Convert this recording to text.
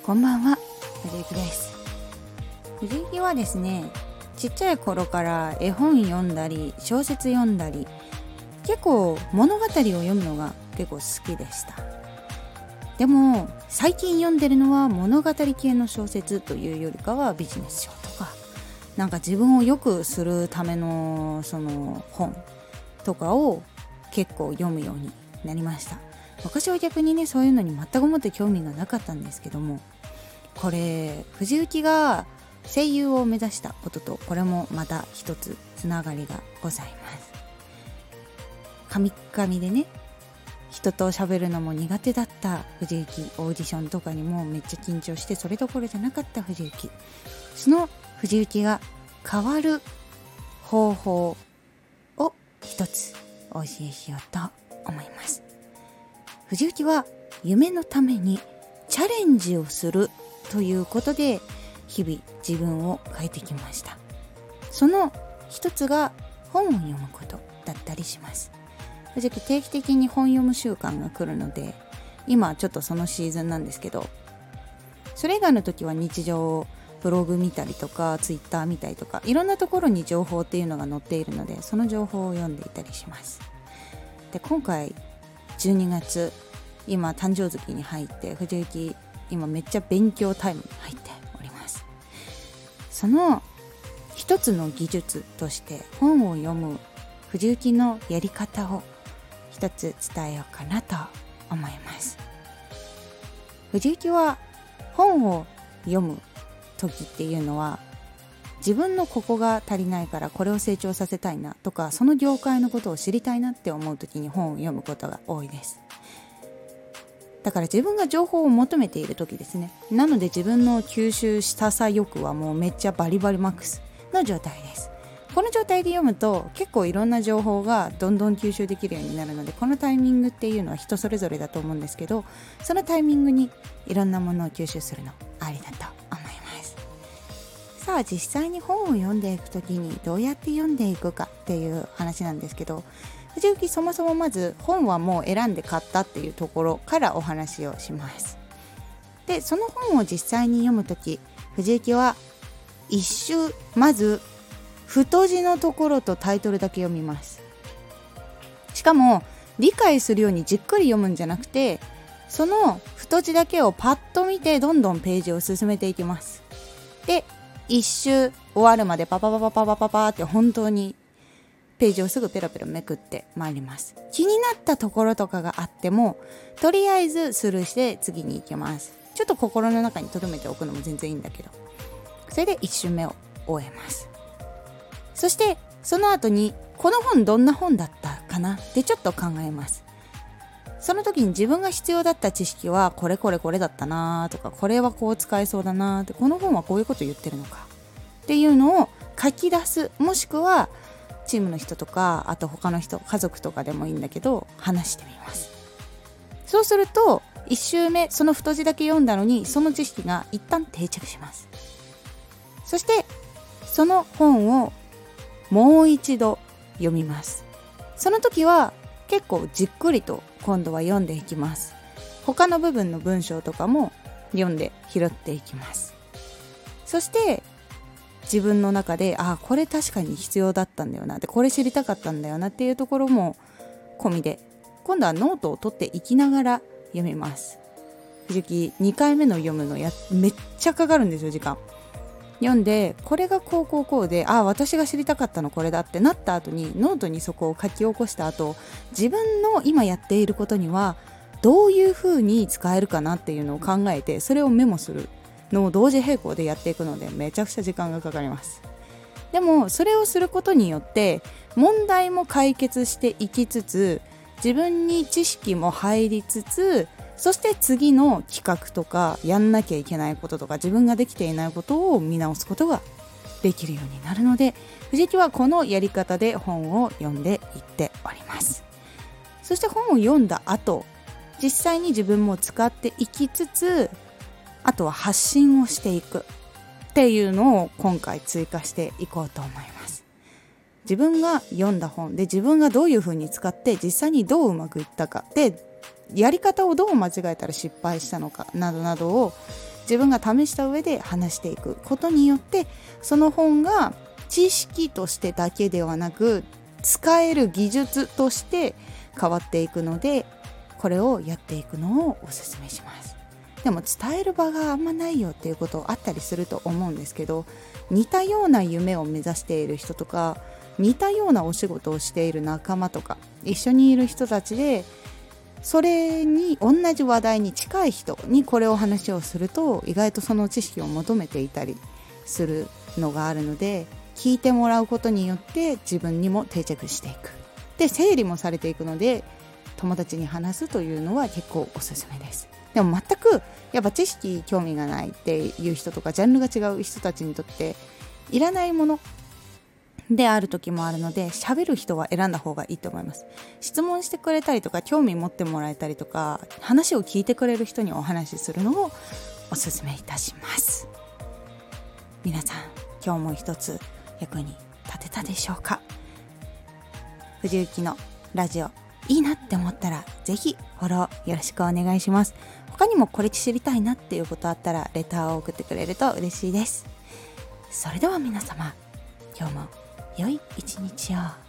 こんばんは、藤幸です。藤幸はですね、ちっちゃい頃から絵本読んだり小説読んだり、結構物語を読むのが結構好きでした。でも最近読んでるのは物語系の小説というよりかはビジネス書とか、なんか自分を良くするためのその本とかを結構読むようになりました。昔は逆にね、そういうのに全くもって興味がなかったんですけども、これ藤幸が声優を目指したこととこれもまた一つつながりがございます。カミッカミでね、人と喋るのも苦手だった藤幸、オーディションとかにもめっちゃ緊張してそれどころじゃなかった藤幸、その藤幸が変わる方法を一つお教えしようと思います。藤幸は夢のためにチャレンジをするということで日々自分を変えてきました。その一つが本を読むことだったりします。藤幸定期的に本読む習慣が来るので、今ちょっとそのシーズンなんですけど、それ以外の時は日常ブログ見たりとかツイッター見たりとか、いろんなところに情報っていうのが載っているので、その情報を読んでいたりします。で、今回12月、今誕生月に入って藤幸今めっちゃ勉強タイムに入っております。その一つの技術として本を読む藤幸のやり方を一つ伝えようかなと思います。藤幸は本を読む時っていうのは、自分のここが足りないからこれを成長させたいなとか、その業界のことを知りたいなって思う時に本を読むことが多いです。だから自分が情報を求めている時ですね。なので自分の吸収したさ欲はもうめっちゃバリバリマックスの状態です。この状態で読むと結構いろんな情報がどんどん吸収できるようになるので、このタイミングっていうのは人それぞれだと思うんですけど、そのタイミングにいろんなものを吸収するのありだと思います。さあ、実際に本を読んでいくときにどうやって読んでいくかっていう話なんですけど、藤幸そもそもまず本はもう選んで買ったっていうところからお話をします。で、その本を実際に読むとき、藤幸は一周まず太字のところとタイトルだけ読みます。しかも理解するようにじっくり読むんじゃなくて、その太字だけをパッと見てどんどんページを進めていきます。で、一周終わるまでパパパパパパパパって本当にページをすぐペロペロめくってまいります。気になったところとかがあってもとりあえずスルーして次に行きます。ちょっと心の中に留めておくのも全然いいんだけど、それで一周目を終えます。そしてその後にこの本どんな本だったかなってちょっと考えます。その時に自分が必要だった知識はこれこれこれだったなとか、これはこう使えそうだなって、この本はこういうこと言ってるのかっていうのを書き出す、もしくはチームの人とか、あと他の人、家族とかでもいいんだけど話してみます。そうすると1周目その太字だけ読んだのに、その知識が一旦定着します。そしてその本をもう一度読みます。その時は結構じっくりと今度は読んでいきます。他の部分の文章とかも読んで拾っていきます。そして自分の中で、これ確かに必要だったんだよな、でこれ知りたかったんだよなっていうところも込みで、今度はノートを取っていきながら読みます。藤幸2回目の読むのめっちゃかかるんですよ、時間。読んでこれがこうこうこうで、私が知りたかったのこれだってなった後に、ノートにそこを書き起こした後、自分の今やっていることにはどういう風に使えるかなっていうのを考えて、それをメモするのを同時並行でやっていくので、めちゃくちゃ時間がかかります。でもそれをすることによって問題も解決していきつつ、自分に知識も入りつつ、そして次の企画とかやんなきゃいけないこととか、自分ができていないことを見直すことができるようになるので、藤幸はこのやり方で本を読んでいっております。そして本を読んだ後、実際に自分も使っていきつつ、あとは発信をしていくっていうのを今回追加していこうと思います。自分が読んだ本で自分がどういうふうに使って実際にどううまくいったかで、やり方をどう間違えたら失敗したのかなどなどを自分が試した上で話していくことによって、その本が知識としてだけではなく使える技術として変わっていくので、これをやっていくのをおすすめします。でも伝える場があんまないよっていうことあったりすると思うんですけど、似たような夢を目指している人とか、似たようなお仕事をしている仲間とか、一緒にいる人たちでそれに同じ話題に近い人にこれを話をすると、意外とその知識を求めていたりするのがあるので、聞いてもらうことによって自分にも定着していく。で、整理もされていくので、友達に話すというのは結構おすすめです。でも全くやっぱ知識興味がないっていう人とか、ジャンルが違う人たちにとっていらないものである時もあるので、喋る人は選んだ方がいいと思います。質問してくれたりとか、興味持ってもらえたりとか、話を聞いてくれる人にお話しするのをおすすめいたします。皆さん、今日も一つ役に立てたでしょうか。藤幸のラジオいいなって思ったら、ぜひフォローよろしくお願いします。他にもこれ知りたいなっていうことあったら、レターを送ってくれると嬉しいです。それでは皆様、今日も良い一日を。